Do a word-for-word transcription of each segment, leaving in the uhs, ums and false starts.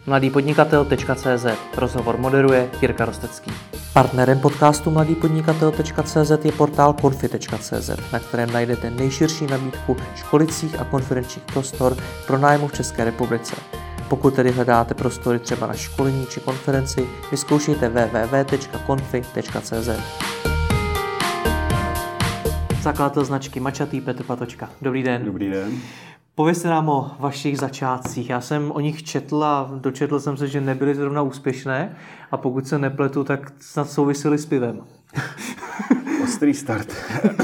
mladý podnikatel tečka cé zet. Rozhovor moderuje Jirka Rostecký. Partnerem podcastu mladý podnikatel tečka cé zet je portál konfi tečka cé zet, na kterém najdete nejširší nabídku školicích a konferenčních prostor pro nájmu v České republice. Pokud tedy hledáte prostory třeba na školení či konferenci, vyzkoušejte w w w tečka konfi tečka cé zet. Zakladatel značky Mačatý Petr Patočka. Dobrý den. Dobrý den. Povězte nám o vašich začátcích. Já jsem o nich četl a dočetl jsem se, že nebyly zrovna úspěšné a pokud se nepletu, tak snad souvisely s pivem. Ostrý start.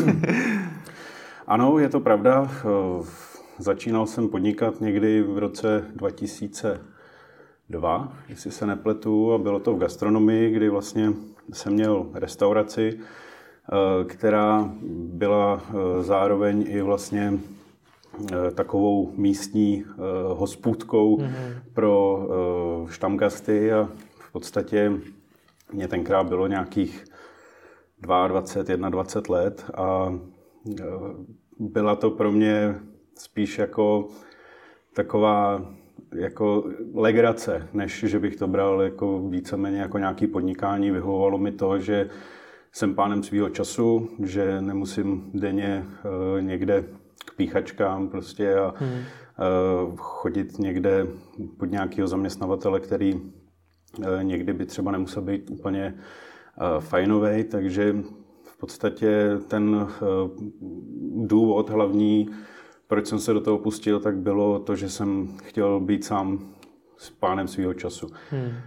Ano, je to pravda. Začínal jsem podnikat někdy v roce dva tisíce dva, jestli se nepletu, a bylo to v gastronomii, kdy vlastně jsem měl restauraci, která byla zároveň i vlastně takovou místní hospůdkou mm-hmm. pro štamgasty a v podstatě mě tenkrát bylo nějakých dvacet dva, dvacet jedna let a byla to pro mě spíš jako taková jako legrace, než že bych to bral jako víceméně jako nějaký podnikání. Vyhovovalo mi to, že jsem pánem svýho času, že nemusím denně uh, někde k píchačkám prostě a hmm. uh, chodit někde pod nějakého zaměstnavatele, který uh, někdy by třeba nemusel být úplně uh, fajnovej, takže v podstatě ten uh, důvod hlavní, proč jsem se do toho pustil, tak bylo to, že jsem chtěl být sám s pánem svýho času. Hmm. Uh,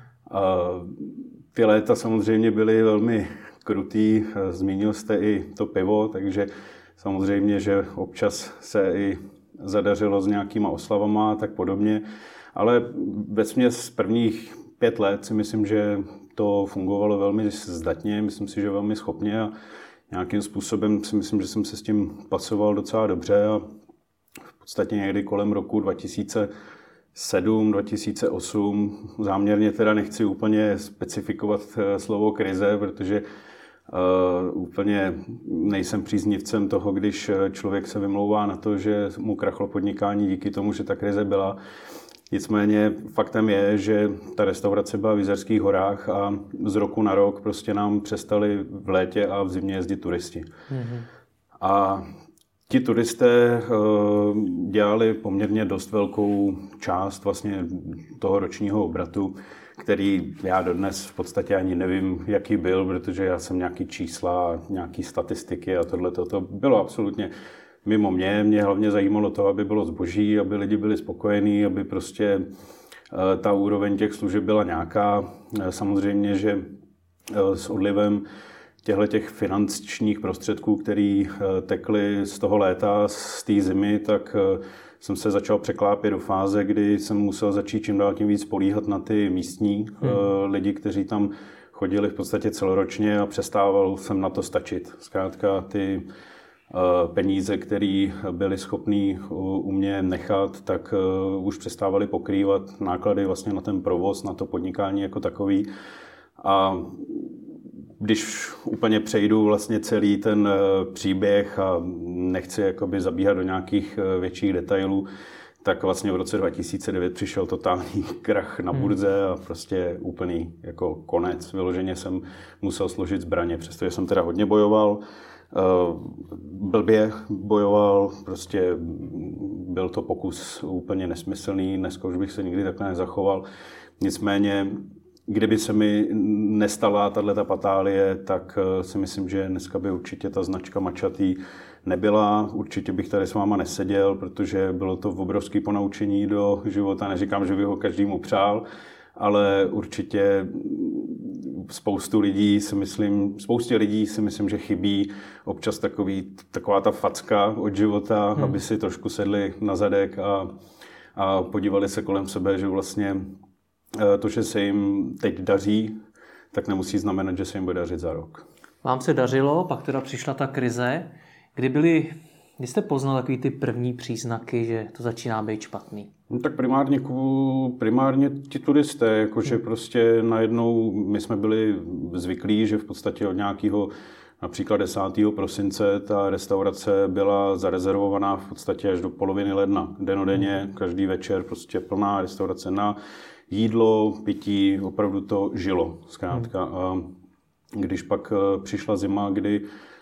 ty léta samozřejmě byly velmi krutý, zmínil jste i to pivo, takže samozřejmě, že občas se i zadařilo s nějakýma oslavama a tak podobně, ale vesměs prvních pět let si myslím, že to fungovalo velmi zdatně, myslím si, že velmi schopně a nějakým způsobem si myslím, že jsem se s tím pasoval docela dobře a v podstatě někdy kolem roku dva tisíce sedm, dva tisíce osm, záměrně teda nechci úplně specifikovat slovo krize, protože Uh, úplně nejsem příznivcem toho, když člověk se vymlouvá na to, že mu krachlo podnikání díky tomu, že ta krize byla. Nicméně faktem je, že ta restaurace byla v Jizerských horách a z roku na rok prostě nám přestali v létě a v zimě jezdit turisti. Mm-hmm. A ti turisté uh, dělali poměrně dost velkou část vlastně toho ročního obratu, který já dodnes v podstatě ani nevím, jaký byl, protože já jsem nějaký čísla, nějaký statistiky a tohle to bylo absolutně mimo mě. Mě hlavně zajímalo to, aby bylo zboží, aby lidi byli spokojení, aby prostě ta úroveň těch služeb byla nějaká. Samozřejmě, že s odlivem těch finančních prostředků, které tekly z toho léta, z té zimy, tak jsem se začal překlápět do fáze, kdy jsem musel začít čím dál tím víc spolíhat na ty místní hmm. lidi, kteří tam chodili v podstatě celoročně a přestával jsem na to stačit. Zkrátka ty peníze, které byly schopný u mě nechat, tak už přestávali pokrývat náklady vlastně na ten provoz, na to podnikání jako takový. A když úplně přejdu vlastně celý ten příběh a nechci jakoby zabíhat do nějakých větších detailů, tak vlastně v roce dva tisíce devět přišel totální krach na burze a prostě úplný jako konec. Vyloženě jsem musel složit zbraně, přestože jsem teda hodně bojoval, blbě bojoval, prostě byl to pokus úplně nesmyslný, dneska už bych se nikdy takhle nezachoval. Nicméně kdyby se mi nestala tato patálie, tak si myslím, že dneska by určitě ta značka Mačatý nebyla. Určitě bych tady s váma neseděl, protože bylo to obrovské ponaučení do života. Neříkám, že bych ho každému přál, ale určitě spoustu lidí si myslím, spoustě lidí si myslím, že chybí občas takový, taková ta facka od života, hmm. aby si trošku sedli na zadek a, a podívali se kolem sebe, že vlastně to, že se jim teď daří, tak nemusí znamenat, že se jim bude dařit za rok. Vám se dařilo, pak teda přišla ta krize. Kdy byly, kdy jste poznal takový ty první příznaky, že to začíná být špatný? No tak primárně, primárně ti turisté, jakože hmm. prostě najednou my jsme byli zvyklí, že v podstatě od nějakého například desátého prosince ta restaurace byla zarezervovaná v podstatě až do poloviny ledna. Denodenně, každý večer prostě plná restaurace na jídlo, pití, opravdu to žilo zkrátka. Hmm. A když pak přišla zima, kdy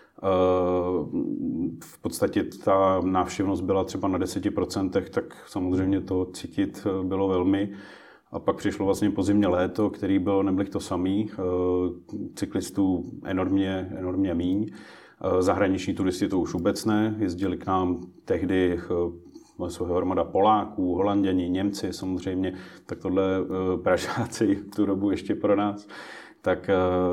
v podstatě ta návštěvnost byla třeba na deset procent, tak samozřejmě to cítit bylo velmi. A pak přišlo vlastně pozimně léto, který byl nebyl to samý. Cyklistů enormně, enormně míň. Zahraniční turisti to už vůbec ne. Jezdili k nám tehdy svého hromada Poláků, Holanděni, Němci samozřejmě. Tak tohle Pražáci v tu dobu ještě pro nás. Tak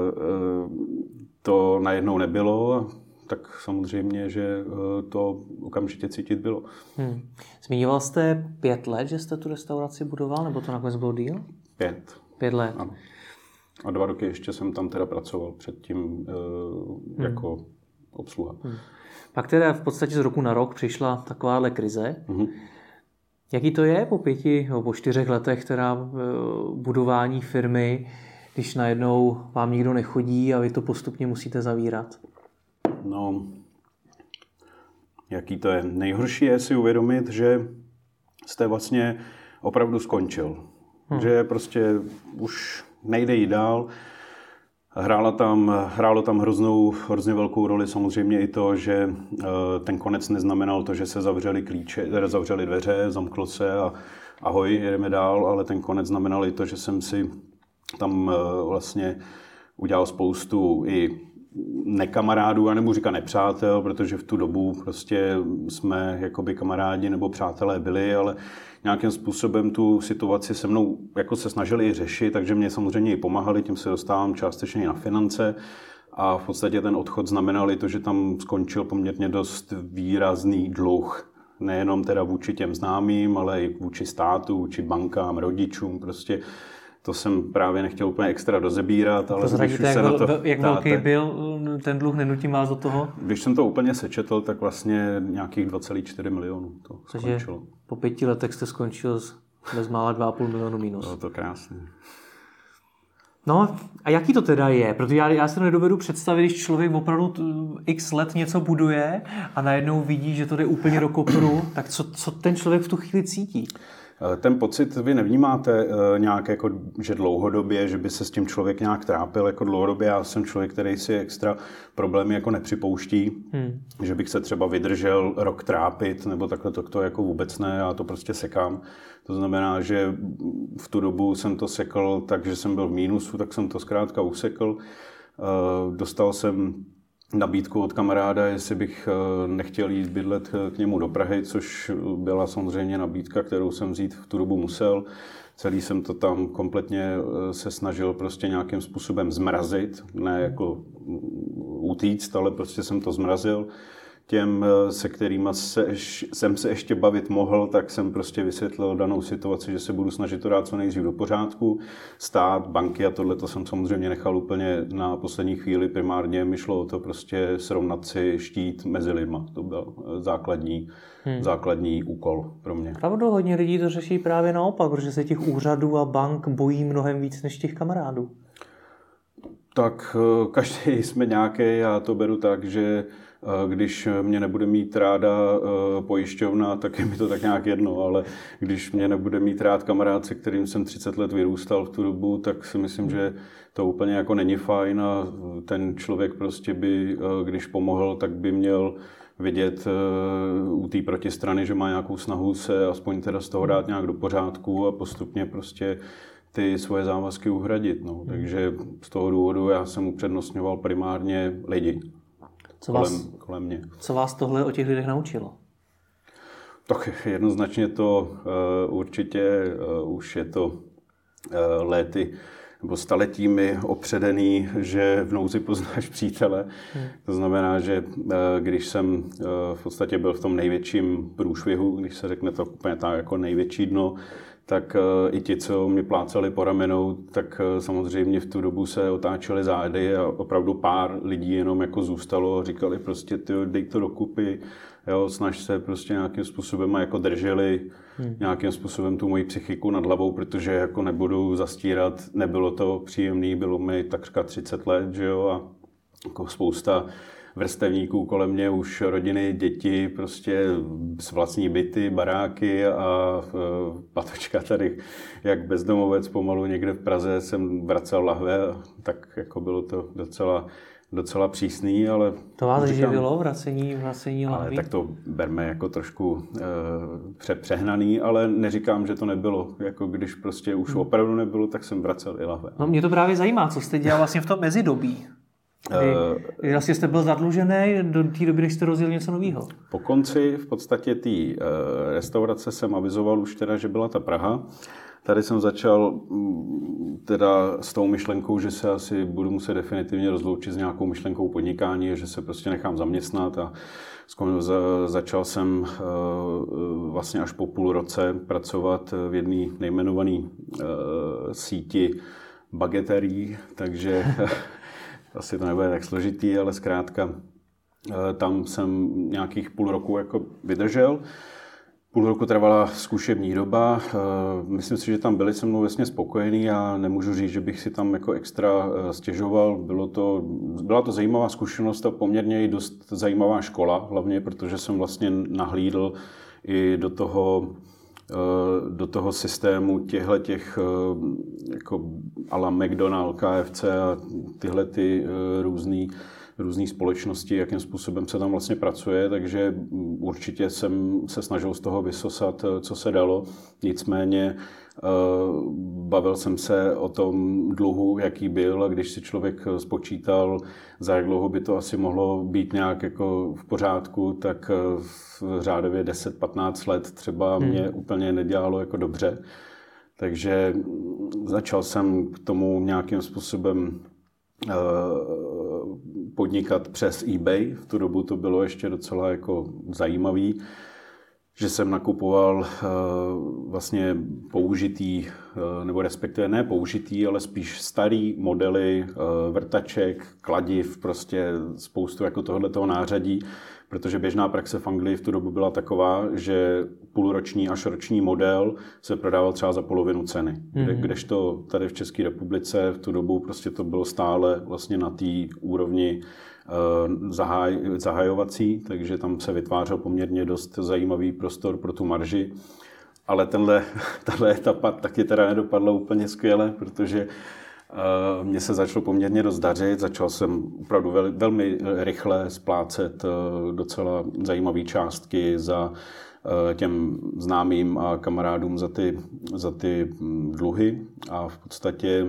to najednou nebylo. Tak samozřejmě, že to okamžitě cítit bylo. Hmm. Zmiňoval jste pět let, že jste tu restauraci budoval, nebo to nakonec bylo díl? Pět. Pět let. Ano. A dva roky ještě jsem tam teda pracoval předtím uh, hmm. jako obsluha. Hmm. Pak teda v podstatě z roku na rok přišla takováhle krize. Hmm. Jaký to je po pěti nebo po čtyřech letech teda budování firmy, když najednou vám nikdo nechodí a vy to postupně musíte zavírat? No, jaký to je? Nejhorší je si uvědomit, že jste vlastně opravdu skončil. Hmm. Že prostě už nejde jít dál. Hrála tam, hrálo tam hroznou, hrozně velkou roli samozřejmě i to, že ten konec neznamenal to, že se zavřely klíče, zavřely dveře, zamklo se a ahoj, jedeme dál, ale ten konec znamenal i to, že jsem si tam vlastně udělal spoustu i nekamarádů, já nebudu říkat nepřátel, protože v tu dobu prostě jsme jakoby kamarádi nebo přátelé byli, ale nějakým způsobem tu situaci se mnou jako se snažili i řešit, takže mě samozřejmě i pomáhali, tím se dostávám částečně na finance a v podstatě ten odchod znamenal i to, že tam skončil poměrně dost výrazný dluh. Nejenom teda vůči těm známým, ale i vůči státu, vůči bankám, rodičům, prostě to jsem právě nechtěl úplně extra rozebírat, ale Prozradíte, když už se na to jak velký byl ten dluh, nenutím vás do toho? Když jsem to úplně sečetl, tak vlastně nějakých dva celé čtyři milionů to Takže skončilo. Po pěti letech jste skončil bezmála dva a půl milionu minus. Bylo to krásné. No a jaký to teda je? Protože já, já si to nedovedu představit, když člověk opravdu x let něco buduje a najednou vidí, že to jde úplně do kopru, tak co, co ten člověk v tu chvíli cítí? Ten pocit vy nevnímáte nějak jako, že dlouhodobě, že by se s tím člověk nějak trápil jako dlouhodobě. Já jsem člověk, který si extra problémy jako nepřipouští, hmm. že bych se třeba vydržel rok trápit, nebo takhle to, to jako vůbec ne, já to prostě sekám. To znamená, že v tu dobu jsem to sekl tak, že jsem byl v mínusu, tak jsem to zkrátka usekl. Dostal jsem nabídku od kamaráda, jestli bych nechtěl jít bydlet k němu do Prahy, což byla samozřejmě nabídka, kterou jsem vzít v tu dobu musel. Celý jsem to tam kompletně se snažil prostě nějakým způsobem zmrazit, ne jako utíct, ale prostě jsem to zmrazil. Těm, se kterými se, jsem se ještě bavit mohl, tak jsem prostě vysvětlil danou situaci, že se budu snažit to dát co nejdřív do pořádku. Stát, banky a tohle to jsem samozřejmě nechal úplně na poslední chvíli. Primárně mi šlo o to prostě srovnat si štít mezi lidma. To byl základní, hmm. základní úkol pro mě. Pravdu, hodně lidí to řeší právě naopak, protože se těch úřadů a bank bojí mnohem víc než těch kamarádů. Tak každý jsme nějaký, já to beru tak, že když mě nebude mít ráda pojišťovna, tak je mi to tak nějak jedno, ale když mě nebude mít rád kamarád, se kterým jsem třicet let vyrůstal v tu dobu, tak si myslím, že to úplně jako není fajn a ten člověk prostě by, když pomohl, tak by měl vidět u té protistrany, že má nějakou snahu se aspoň teda z toho dát nějak do pořádku a postupně prostě ty svoje závazky uhradit. No. Takže z toho důvodu já jsem upřednostňoval primárně lidi. Co vás, kolem, kolem mě. Co vás tohle o těch lidech naučilo? Tak jednoznačně to uh, určitě uh, už je to uh, léty nebo staletími opředený, že v nouzi poznáš přítele. Hmm. To znamená, že uh, když jsem uh, v podstatě byl v tom největším průšvihu, když se řekne to úplně tak jako největší dno, tak uh, i ti, co mě plácali po ramenou, tak uh, samozřejmě v tu dobu se otáčeli zády a opravdu pár lidí jenom jako zůstalo a říkali prostě, tyjo, dej to dokupy, jo, snaž se prostě nějakým způsobem a jako drželi hmm. nějakým způsobem tu moji psychiku nad hlavou, protože jako nebudu zastírat, nebylo to příjemný, bylo mi takřka třicet let, že jo, a jako spousta vrstevníků kolem mě, už rodiny, děti, prostě s vlastní byty, baráky a Patočka tady jak bezdomovec pomalu někde v Praze jsem vracel lahve, tak jako bylo to docela docela přísný, ale... To vás živilo, vracení, vracení lahví? Ale tak to berme jako trošku e, pře, přehnaný, ale neříkám, že to nebylo. Jako když prostě už hmm. opravdu nebylo, tak jsem vracel i lahve. No mě to právě zajímá, co jste dělal vlastně v tom mezidobí. Kdy, kdy vlastně jste byl zadlužený do té doby, než jste rozjel něco nového. Po konci v podstatě té e, restaurace jsem avizoval už teda, že byla ta Praha. Tady jsem začal teda s tou myšlenkou, že se asi budu muset definitivně rozloučit s nějakou myšlenkou podnikání, že se prostě nechám zaměstnat a začal jsem vlastně až po půl roce pracovat v jedné nejmenované síti bageterií, takže asi to nebude tak složitý, ale zkrátka tam jsem nějakých půl roku jako vydržel. Půl roku trvala zkušební doba, myslím si, že tam byli se mnou vlastně spokojení a nemůžu říct, že bych si tam jako extra stěžoval. Bylo to, byla to zajímavá zkušenost a poměrně i dost zajímavá škola, hlavně protože jsem vlastně nahlídl i do toho, do toho systému těchto těch jako a la McDonald, K F C a tyhle ty různý různé společnosti, jakým způsobem se tam vlastně pracuje, takže určitě jsem se snažil z toho vysosat, co se dalo. Nicméně bavil jsem se o tom dluhu, jaký byl, a když si člověk spočítal, za jak dlouho by to asi mohlo být nějak jako v pořádku, tak v řádově deset patnáct let třeba mě hmm. úplně nedělalo jako dobře. Takže začal jsem k tomu nějakým způsobem podnikat přes eBay. V tu dobu to bylo ještě docela jako zajímavý, že jsem nakupoval vlastně použitý, nebo respektive ne použitý, ale spíš starý modely vrtaček, kladiv, prostě spoustu jako tohoto nářadí, protože běžná praxe v Anglii v tu dobu byla taková, že půlroční až roční model se prodával třeba za polovinu ceny. Mm-hmm. Kdežto tady v České republice v tu dobu prostě to bylo stále vlastně na té úrovni uh, zahaj, zahajovací, takže tam se vytvářel poměrně dost zajímavý prostor pro tu marži. Ale tenhle, tahle etapa taky teda nedopadla úplně skvěle, protože mně se začalo poměrně dost dařit, začal jsem opravdu vel, velmi rychle splácet docela zajímavé částky za těm známým a kamarádům za ty, za ty dluhy a v podstatě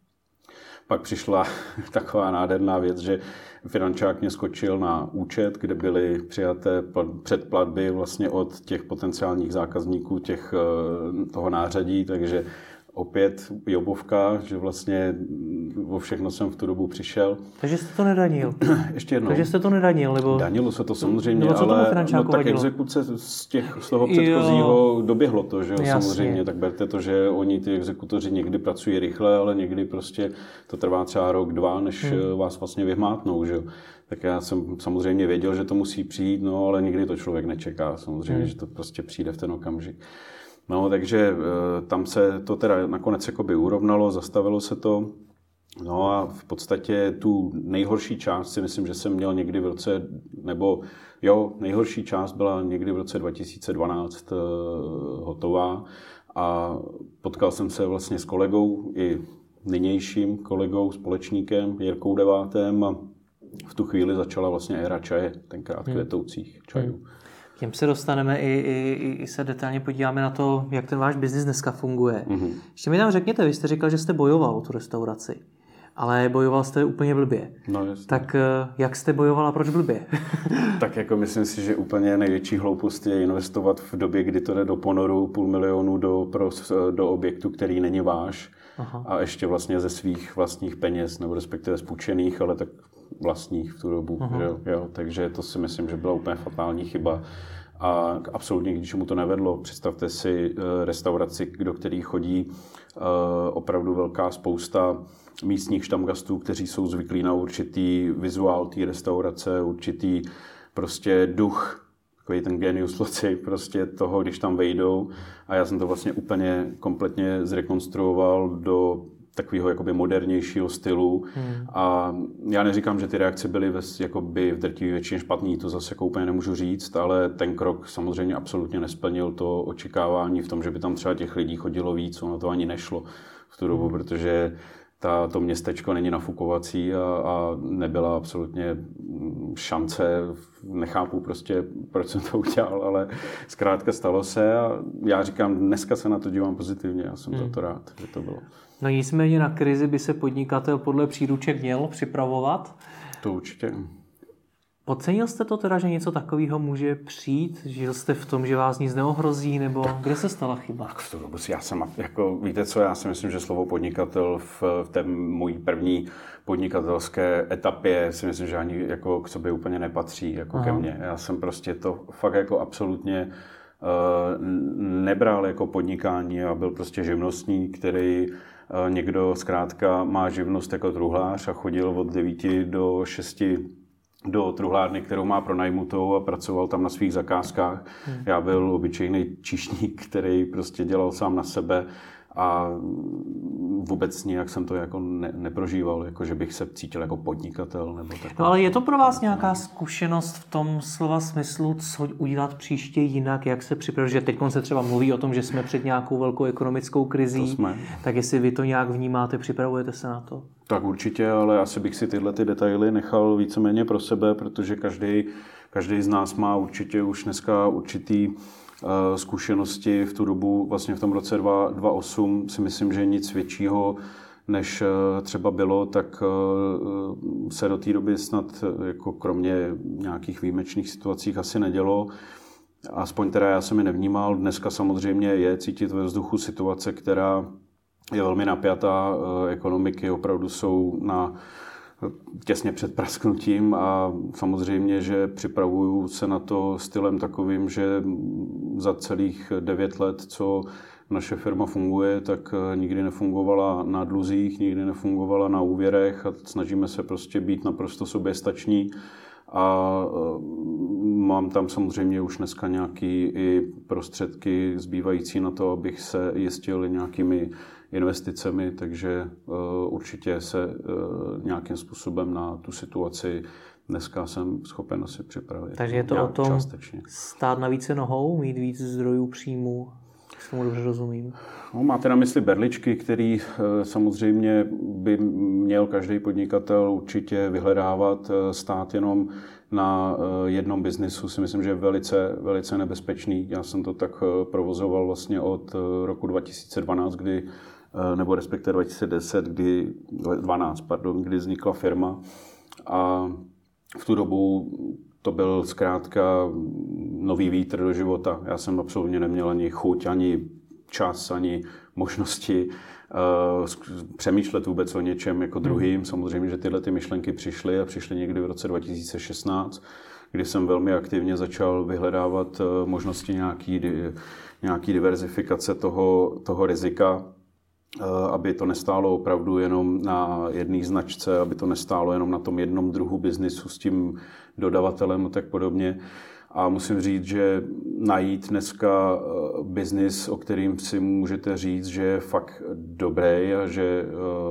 pak přišla taková nádherná věc, že finančák mě skočil na účet, kde byly přijaté předplatby vlastně od těch potenciálních zákazníků těch, toho nářadí, takže opět jobovka, že vlastně o všechno jsem v tu dobu přišel. Takže jste to nedanil? Ještě jednou. Takže jste to nedanil? Nebo... Danilo se to samozřejmě, nebo co ale no, tak vadilo? Exekuce z, těch, z toho předchozího jo. doběhlo to, že jo, samozřejmě. Tak berte to, že oni, ty exekutoři, někdy pracují rychle, ale někdy prostě to trvá třeba rok, dva, než hmm. vás vlastně vyhmátnou, že jo. Tak já jsem samozřejmě věděl, že to musí přijít, no ale nikdy to člověk nečeká. Samozřejmě, hmm. že to prostě přijde v ten okamžik. No, takže tam se to teda nakonec jakoby urovnalo, zastavilo se to. No a v podstatě tu nejhorší část si myslím, že jsem měl někdy v roce, nebo jo, nejhorší část byla někdy v roce dva tisíce dvanáct hotová a potkal jsem se vlastně s kolegou, i nynějším kolegou, společníkem Jirkou Devátem a v tu chvíli začala vlastně éra čaje, tenkrát květoucích čajů. Hmm. K těm se dostaneme, i, i, i se detailně podíváme na to, jak ten váš biznis dneska funguje. Mm-hmm. Ještě mi tam řekněte, vy jste říkal, že jste bojoval o tu restauraci, ale bojoval jste úplně blbě. No, jasně. Tak jak jste bojoval a proč blbě? Tak jako myslím si, že úplně největší hloupost je investovat v době, kdy to jde do ponoru půl milionu do, pro, do objektu, který není váš. Aha. A ještě vlastně ze svých vlastních peněz, nebo respektive spůjčených, ale tak vlastních v tu dobu. Že, jo? Takže to si myslím, že byla úplně fatální chyba. A absolutně k ničemu to nevedlo. Představte si restauraci, do které chodí opravdu velká spousta místních štamgastů, kteří jsou zvyklí na určitý vizuál té restaurace, určitý prostě duch, takový ten genius loci prostě toho, když tam vejdou. A já jsem to vlastně úplně kompletně zrekonstruoval do takového jakoby modernějšího stylu. Hmm. A já neříkám, že ty reakce byly ve, jakoby v drtivé většině špatný, to zase jako úplně nemůžu říct, ale ten krok samozřejmě absolutně nesplnil to očekávání v tom, že by tam třeba těch lidí chodilo víc, ono to ani nešlo v tu dobu, hmm. protože ta, to městečko není nafukovací a, a nebyla absolutně šance, nechápu prostě, proč jsem to udělal, ale zkrátka stalo se a já říkám, dneska se na to dívám pozitivně, já jsem hmm. za to rád, že to bylo. No nicméně na krizi by se podnikatel podle příruček měl připravovat. To určitě. Ocenil jste to teda, že něco takového může přijít? Žil jste v tom, že vás nic neohrozí, nebo kde se stala chyba? Tak v tu dobu si já jsem, jako, víte co, já si myslím, že slovo podnikatel v, v té mojí první podnikatelské etapě si myslím, že ani jako k sobě úplně nepatří, jako Aha. ke mně. Já jsem prostě to fakt jako absolutně uh, nebral jako podnikání a byl prostě živnostník, který uh, někdo zkrátka má živnost jako truhlář a chodil od devíti do šesti do truhlárny, kterou má pronajmutou a pracoval tam na svých zakázkách. Hmm. Já byl obyčejný číšník, který prostě dělal sám na sebe a vůbec nijak jsem to jako ne, neprožíval, jako že bych se cítil jako podnikatel. Nebo no ale je to pro vás nějaká zkušenost v tom slova smyslu, co udělat příště jinak, jak se připravit, že teď se třeba mluví o tom, že jsme před nějakou velkou ekonomickou krizí, tak jestli vy to nějak vnímáte, připravujete se na to? Tak určitě, ale asi bych si tyhle ty detaily nechal víceméně pro sebe, protože každý, každý z nás má určitě už dneska určitý zkušenosti v tu dobu, vlastně v tom roce dva tisíce osm si myslím, že nic většího, než třeba bylo, tak se do té doby snad jako kromě nějakých výjimečných situacích asi nedělo. Aspoň teda já jsem je nevnímal. Dneska samozřejmě je cítit ve vzduchu situace, která je velmi napjatá. Ekonomiky opravdu jsou na těsně před prasknutím a samozřejmě, že připravuju se na to stylem takovým, že za celých devět let, co naše firma funguje, tak nikdy nefungovala na dluzích, nikdy nefungovala na úvěrech a snažíme se prostě být naprosto soběstační. A mám tam samozřejmě už dneska nějaké i prostředky zbývající na to, abych se jistil nějakými investicemi, takže uh, určitě se uh, nějakým způsobem na tu situaci dneska jsem schopen asi připravit. Takže je to o tom částečně stát na více nohou, mít víc zdrojů příjmů, jestli tomu dobře rozumím. No, máte na mysli berličky, který uh, samozřejmě by měl každý podnikatel určitě vyhledávat. Stát jenom na uh, jednom biznisu si myslím, že je velice, velice nebezpečný. Já jsem to tak uh, provozoval vlastně od uh, roku dva tisíce dvanáct, kdy nebo respektive dva tisíce deset, kdy, dvanáct, pardon, kdy vznikla firma a v tu dobu to byl zkrátka nový vítr do života. Já jsem absolutně neměl ani chuť, ani čas, ani možnosti uh, přemýšlet vůbec o něčem jako druhým. Samozřejmě, že tyhle ty myšlenky přišly a přišly někdy v roce dva tisíce šestnáct, kdy jsem velmi aktivně začal vyhledávat uh, možnosti nějaký, nějaký diverzifikace toho, toho rizika, aby to nestálo opravdu jenom na jedné značce, aby to nestálo jenom na tom jednom druhu biznisu s tím dodavatelem a tak podobně. A musím říct, že najít dneska biznis, o kterým si můžete říct, že je fakt dobrý a že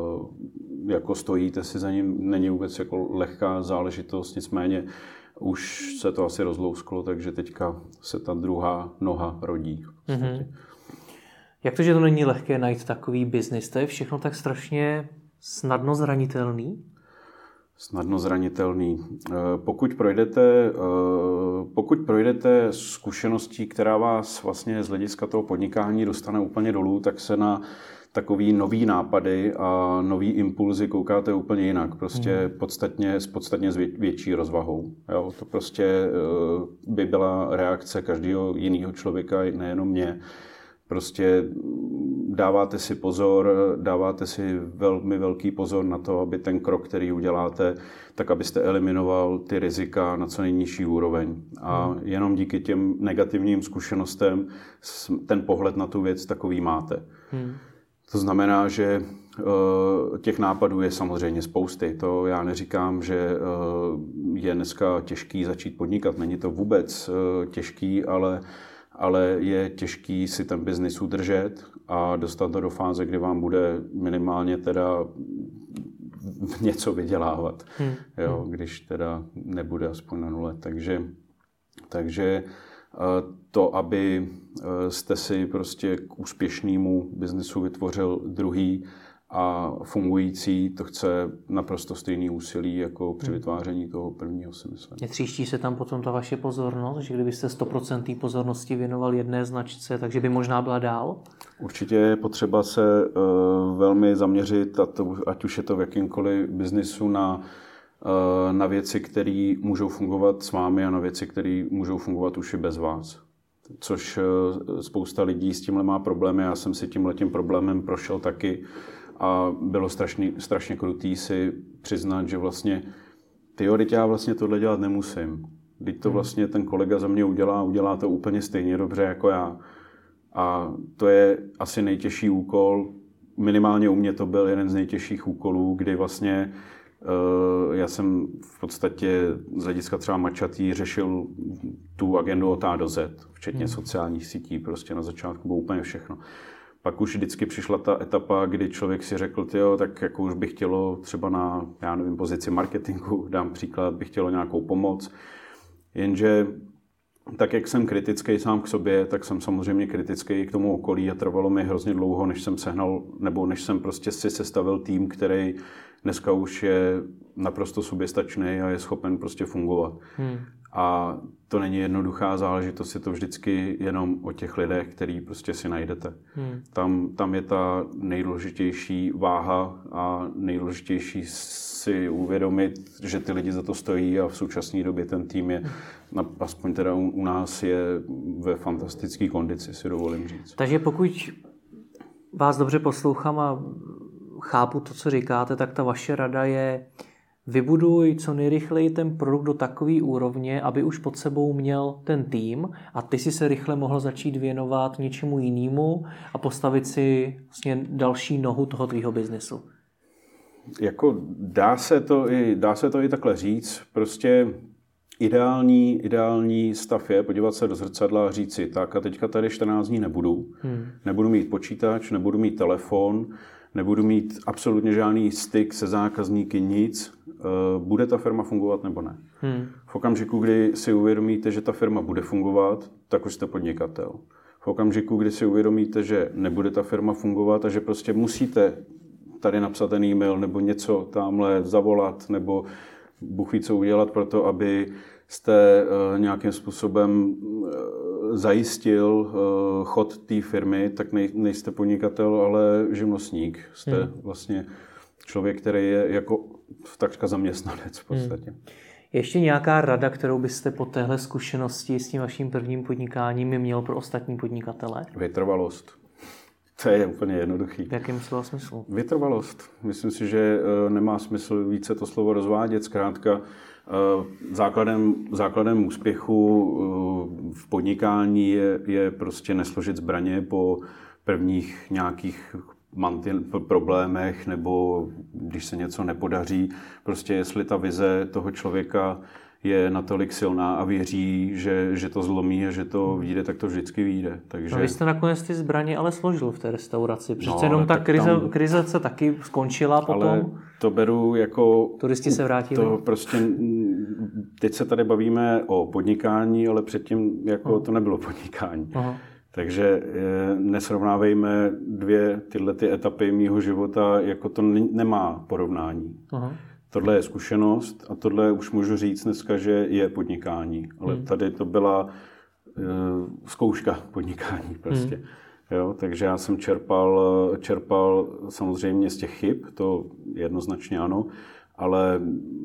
jako stojíte si za ním, není vůbec jako lehká záležitost, nicméně už se to asi rozlousklo, takže teďka se ta druhá noha rodí. Mm-hmm. Jak to, že to není lehké najít takový biznis? To je všechno tak strašně snadno zranitelný? Snadno zranitelný. Pokud projdete, pokud projdete zkušeností, která vás vlastně z hlediska toho podnikání dostane úplně dolů, tak se na takový nový nápady a nový impulzy koukáte úplně jinak. Prostě hmm. podstatně, s podstatně větší rozvahou. Jo? To prostě by byla reakce každého jiného člověka, nejenom mě. Prostě dáváte si pozor, dáváte si velmi velký pozor na to, aby ten krok, který uděláte, tak abyste eliminoval ty rizika na co nejnižší úroveň. A jenom díky těm negativním zkušenostem ten pohled na tu věc takový máte. Hmm. To znamená, že těch nápadů je samozřejmě spousty. To já neříkám, že je dneska těžký začít podnikat. Není to vůbec těžký, ale ale je těžký si ten biznis udržet a dostat to do fáze, kdy vám bude minimálně teda něco vydělávat, hmm. jo, když teda nebude aspoň na nule. Takže, takže to, aby jste si prostě k úspěšnému biznesu vytvořil druhý a fungující, to chce naprosto stejný úsilí jako při vytváření toho prvního, si myslím. Netříští se tam potom ta vaše pozornost, že kdybyste sto procent pozornosti věnoval jedné značce, takže by možná byla dál? Určitě je potřeba se uh, velmi zaměřit, a to, ať už je to v jakýmkoliv biznisu, na, uh, na věci, které můžou fungovat s vámi a na věci, které můžou fungovat už i bez vás. Což uh, spousta lidí s tímhle má problémy. Já jsem si tímhletím problémem prošel taky. A bylo strašný, strašně krutý si přiznat, že vlastně tyjo, teď já vlastně tohle dělat nemusím. Teď to vlastně ten kolega za mě udělá, udělá to úplně stejně dobře jako já. A to je asi nejtěžší úkol. Minimálně u mě to byl jeden z nejtěžších úkolů, kdy vlastně uh, já jsem v podstatě z hlediska třeba Mačatý řešil tu agendu od A do Z, včetně hmm. sociálních sítí, prostě na začátku bylo úplně všechno. Pak už vždycky přišla ta etapa, kdy člověk si řekl, tyjo, tak jako už bych chtělo třeba na, já nevím, pozici marketingu, dám příklad, bych chtělo nějakou pomoc. Jenže tak, jak jsem kritický sám k sobě, tak jsem samozřejmě kritický k tomu okolí a trvalo mi hrozně dlouho, než jsem sehnal, nebo než jsem prostě si sestavil tým, který dneska už je naprosto soběstačný a je schopen prostě fungovat. Hmm. A to není jednoduchá záležitost, je to vždycky jenom o těch lidech, který prostě si najdete. Hmm. Tam, tam je ta nejdůležitější váha a nejdůležitější si uvědomit, že ty lidi za to stojí a v současné době ten tým je, aspoň teda u, u nás, je ve fantastické kondici, si dovolím říct. Takže pokud vás dobře poslouchám a chápu to, co říkáte, tak ta vaše rada je: vybuduj co nejrychleji ten produkt do takové úrovně, aby už pod sebou měl ten tým a ty si se rychle mohl začít věnovat něčemu jinému a postavit si vlastně další nohu toho tvýho biznesu. Jako dá se to i, dá se to i takhle říct. Prostě ideální, ideální stav je podívat se do zrcadla a říct si, tak a teďka tady čtrnáct dní nebudu. Hmm. Nebudu mít počítač, nebudu mít telefon, nebudu mít absolutně žádný styk se zákazníky, nic. Bude ta firma fungovat nebo ne? Hmm. V okamžiku, kdy si uvědomíte, že ta firma bude fungovat, tak už jste podnikatel. V okamžiku, kdy si uvědomíte, že nebude ta firma fungovat a že prostě musíte tady napsat ten e-mail nebo něco tamhle zavolat nebo Bůh ví, co udělat pro to, aby jste uh, nějakým způsobem uh, zajistil uh, chod té firmy, tak nej, nejste podnikatel, ale živnostník. Jste hmm. vlastně člověk, který je jako takřka zaměstnanec v podstatě. Hmm. Ještě nějaká rada, kterou byste po téhle zkušenosti s tím vaším prvním podnikáním měl pro ostatní podnikatele? Vytrvalost. To je úplně jednoduchý. V jakém slova smyslu? Vytrvalost. Myslím si, že nemá smysl více to slovo rozvádět. Zkrátka základem, základem úspěchu v podnikání je, je prostě nesložit zbraně po prvních nějakých mantil, problémech nebo když se něco nepodaří. Prostě jestli ta vize toho člověka je natolik silná a věří, že, že to zlomí a že to vyjde, tak to vždycky vyjde. Takže... No, vy jste nakonec ty zbraně ale složil v té restauraci. Přece no, jenom ta krize, tam... krize se taky skončila potom. Ale to beru jako... Turisti se vrátili. To prostě... Teď se tady bavíme o podnikání, ale předtím jako uh-huh. to nebylo podnikání. Uh-huh. Takže nesrovnávejme dvě tyhle ty etapy mýho života, jako to nemá porovnání. Uh-huh. Tohle je zkušenost a tohle už můžu říct dneska, že je podnikání. Ale hmm. tady to byla uh, zkouška podnikání prostě. Hmm. Jo, takže já jsem čerpal, čerpal samozřejmě z těch chyb, to jednoznačně ano, ale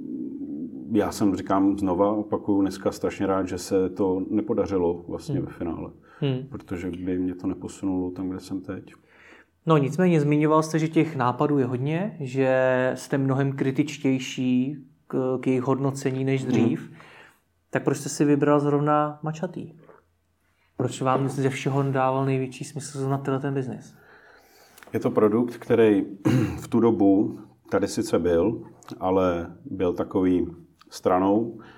já jsem, říkám znova, opakuju dneska strašně rád, že se to nepodařilo vlastně hmm. ve finále. Hmm. Protože by mě to neposunulo tam, kde jsem teď. No nicméně zmiňoval jste, že těch nápadů je hodně, že jste mnohem kritičtější k, k jejich hodnocení než dřív. Mm. Tak proč jste si vybral zrovna Mačatý? Proč vám ze všeho dával největší smysl na tenhle ten biznis? Je to produkt, který v tu dobu tady sice byl, ale byl takový stranou,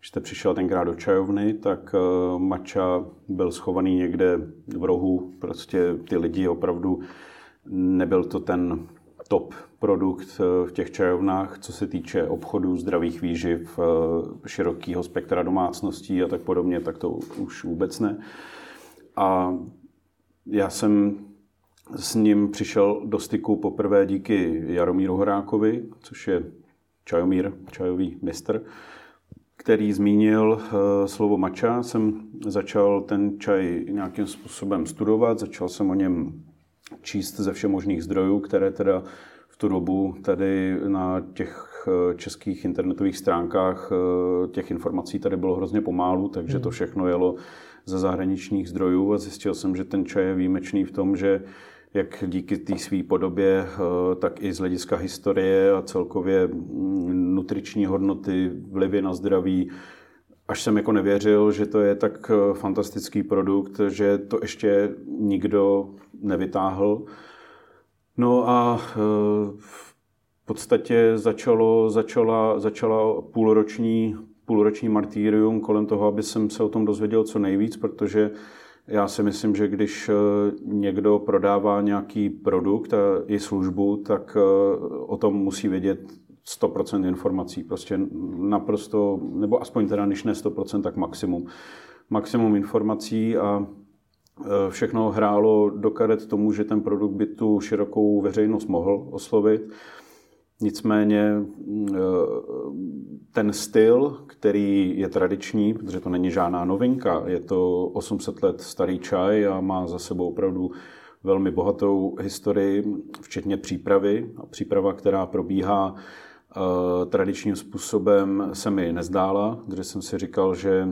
Když jste přišel tenkrát do čajovny, tak matcha byl schovaný někde v rohu. Prostě ty lidi opravdu, nebyl to ten top produkt v těch čajovnách, co se týče obchodu, zdravých výživ, širokého spektra domácností a tak podobně, tak to už vůbec ne. A já jsem s ním přišel do styku poprvé díky Jaromíru Horákovi, což je čajomír, čajový mistr, který zmínil slovo matcha. Jsem začal ten čaj nějakým způsobem studovat, začal jsem o něm číst ze všech možných zdrojů, které teda v tu dobu tady na těch českých internetových stránkách těch informací tady bylo hrozně pomálu, takže to všechno jelo ze zahraničních zdrojů a zjistil jsem, že ten čaj je výjimečný v tom, že jak díky té své podobě, tak i z hlediska historie a celkově nutriční hodnoty, vlivy na zdraví, až jsem jako nevěřil, že to je tak fantastický produkt, že to ještě nikdo nevytáhl. No a v podstatě začalo, začala, začala půlroční, půlroční martýrium kolem toho, aby jsem se o tom dozvěděl co nejvíc, protože já si myslím, že když někdo prodává nějaký produkt a i službu, tak o tom musí vědět sto procent informací. Prostě naprosto, nebo aspoň teda, když ne sto procent, tak maximum. Maximum informací a všechno hrálo do karet tomu, že ten produkt by tu širokou veřejnost mohl oslovit. Nicméně ten styl, který je tradiční, protože to není žádná novinka, je to osm set let starý čaj a má za sebou opravdu velmi bohatou historii, včetně přípravy. A příprava, která probíhá tradičním způsobem, se mi nezdála, protože jsem si říkal, že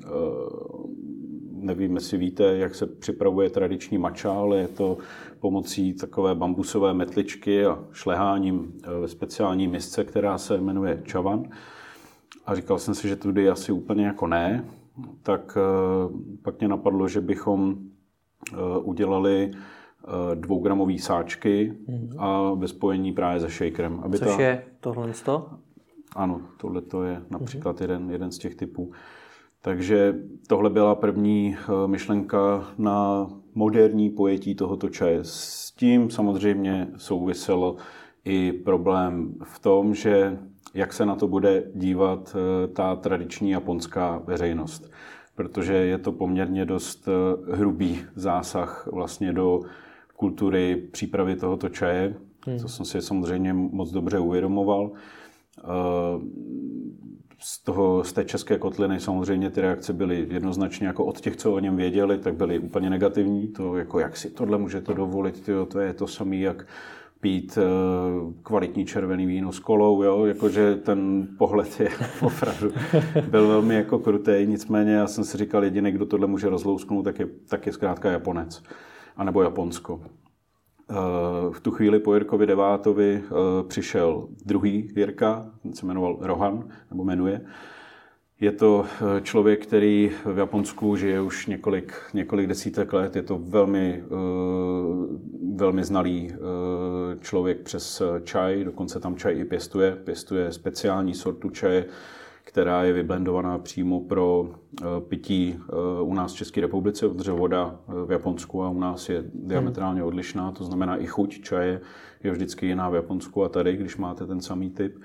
nevím, jestli víte, jak se připravuje tradiční matcha, ale je to pomocí takové bambusové metličky a šleháním ve speciální misce, která se jmenuje chavan. A říkal jsem si, že tudy asi úplně jako ne. Tak pak mě napadlo, že bychom udělali dvougramový sáčky a ve spojení právě se shakerem. Aby Což ta... je tohle? Ano, tohle to je například mm-hmm. jeden, jeden z těch typů. Takže tohle byla první myšlenka na moderní pojetí tohoto čaje. S tím samozřejmě souvisel i problém v tom, že jak se na to bude dívat ta tradiční japonská veřejnost. Protože je to poměrně dost hrubý zásah vlastně do kultury přípravy tohoto čaje. Hmm. To jsem si samozřejmě moc dobře uvědomoval. Z, toho, z té české kotliny samozřejmě ty reakce byly jednoznačně jako od těch, co o něm věděli, tak byly úplně negativní. To jako, jak si tohle můžete dovolit, tyjo, to je to samé, jak pít kvalitní červený víno s kolou, jo? Jakože ten pohled je opravdu byl velmi jako krutej, nicméně já jsem si říkal, jediný, kdo tohle může rozlousknout, tak je, tak je zkrátka Japonec, anebo Japonsko. V tu chvíli po Jirkovi Devátovi přišel druhý Jirka, ten se jmenoval Rohan, nebo jmenuje. Je to člověk, který v Japonsku žije už několik, několik desítek let. Je to velmi, velmi znalý člověk přes čaj, dokonce tam čaj i pěstuje. Pěstuje speciální sortu čaje, která je vyblendovaná přímo pro pití u nás v České republice, protože voda v Japonsku a u nás je diametrálně odlišná, to znamená i chuť čaje je vždycky jiná v Japonsku a tady, když máte ten samý typ.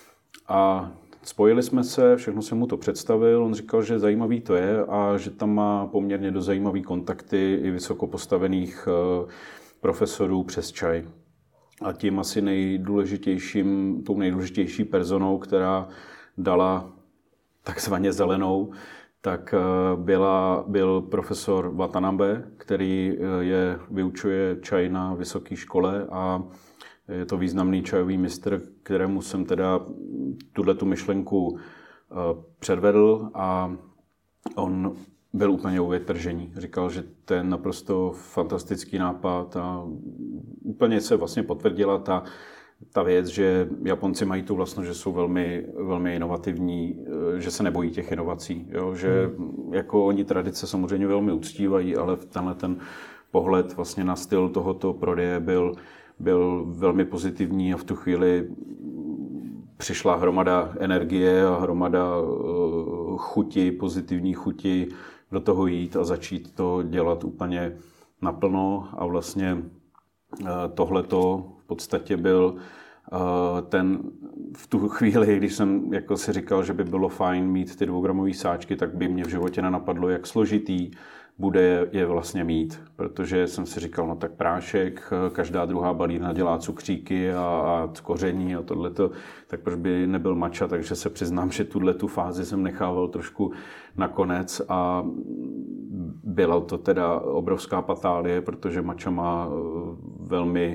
A spojili jsme se, všechno jsem mu to představil, on říkal, že zajímavý to je a že tam má poměrně dost zajímavý kontakty i vysoko postavených profesorů přes čaj. A tím asi nejdůležitějším, tou nejdůležitější personou, která dala takzvaně zelenou, tak byla, byl profesor Watanabe, který je, vyučuje čaj na vysoké škole a je to významný čajový mistr, kterému jsem teda tuhletu myšlenku předvedl a on byl úplně u vytržení. Říkal, že to je naprosto fantastický nápad a úplně se vlastně potvrdila ta Ta věc, že Japonci mají tu vlastnost, že jsou velmi, velmi inovativní, že se nebojí těch inovací. Jo? Že hmm. jako oni tradice samozřejmě velmi uctívají, ale tenhle ten pohled vlastně na styl tohoto prodeje byl, byl velmi pozitivní a v tu chvíli přišla hromada energie a hromada chuti, pozitivní chuti do toho jít a začít to dělat úplně naplno. A vlastně tohleto v podstatě byl ten v tu chvíli, když jsem jako si říkal, že by bylo fajn mít ty dvougramové sáčky, tak by mě v životě nenapadlo, jak složitý bude je vlastně mít, protože jsem si říkal, no tak prášek, každá druhá balína dělá cukříky a, a koření a tohleto, tak proč by nebyl mača, takže se přiznám, že tuhletu fázi jsem nechával trošku nakonec a byla to teda obrovská patálie, protože mača má velmi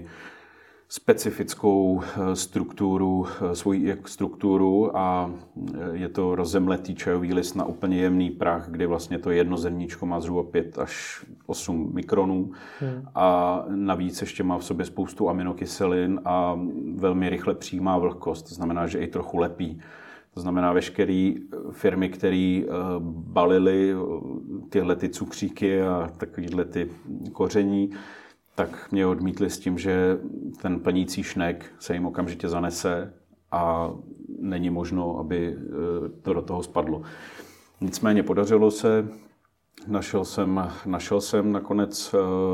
specifickou strukturu, svoji strukturu a je to rozemletý čajový list na úplně jemný prach, kdy vlastně to jedno zrníčko má zhruba pět až osm mikronů hmm. a navíc ještě má v sobě spoustu aminokyselin a velmi rychle přijímá vlhkost, to znamená, že i trochu lepí. To znamená, veškeré firmy, které balily tyhle ty cukříky a takovéhle ty koření, tak mě odmítli s tím, že ten plnící šnek se jim okamžitě zanese a není možno, aby to do toho spadlo. Nicméně podařilo se, našel jsem, našel jsem nakonec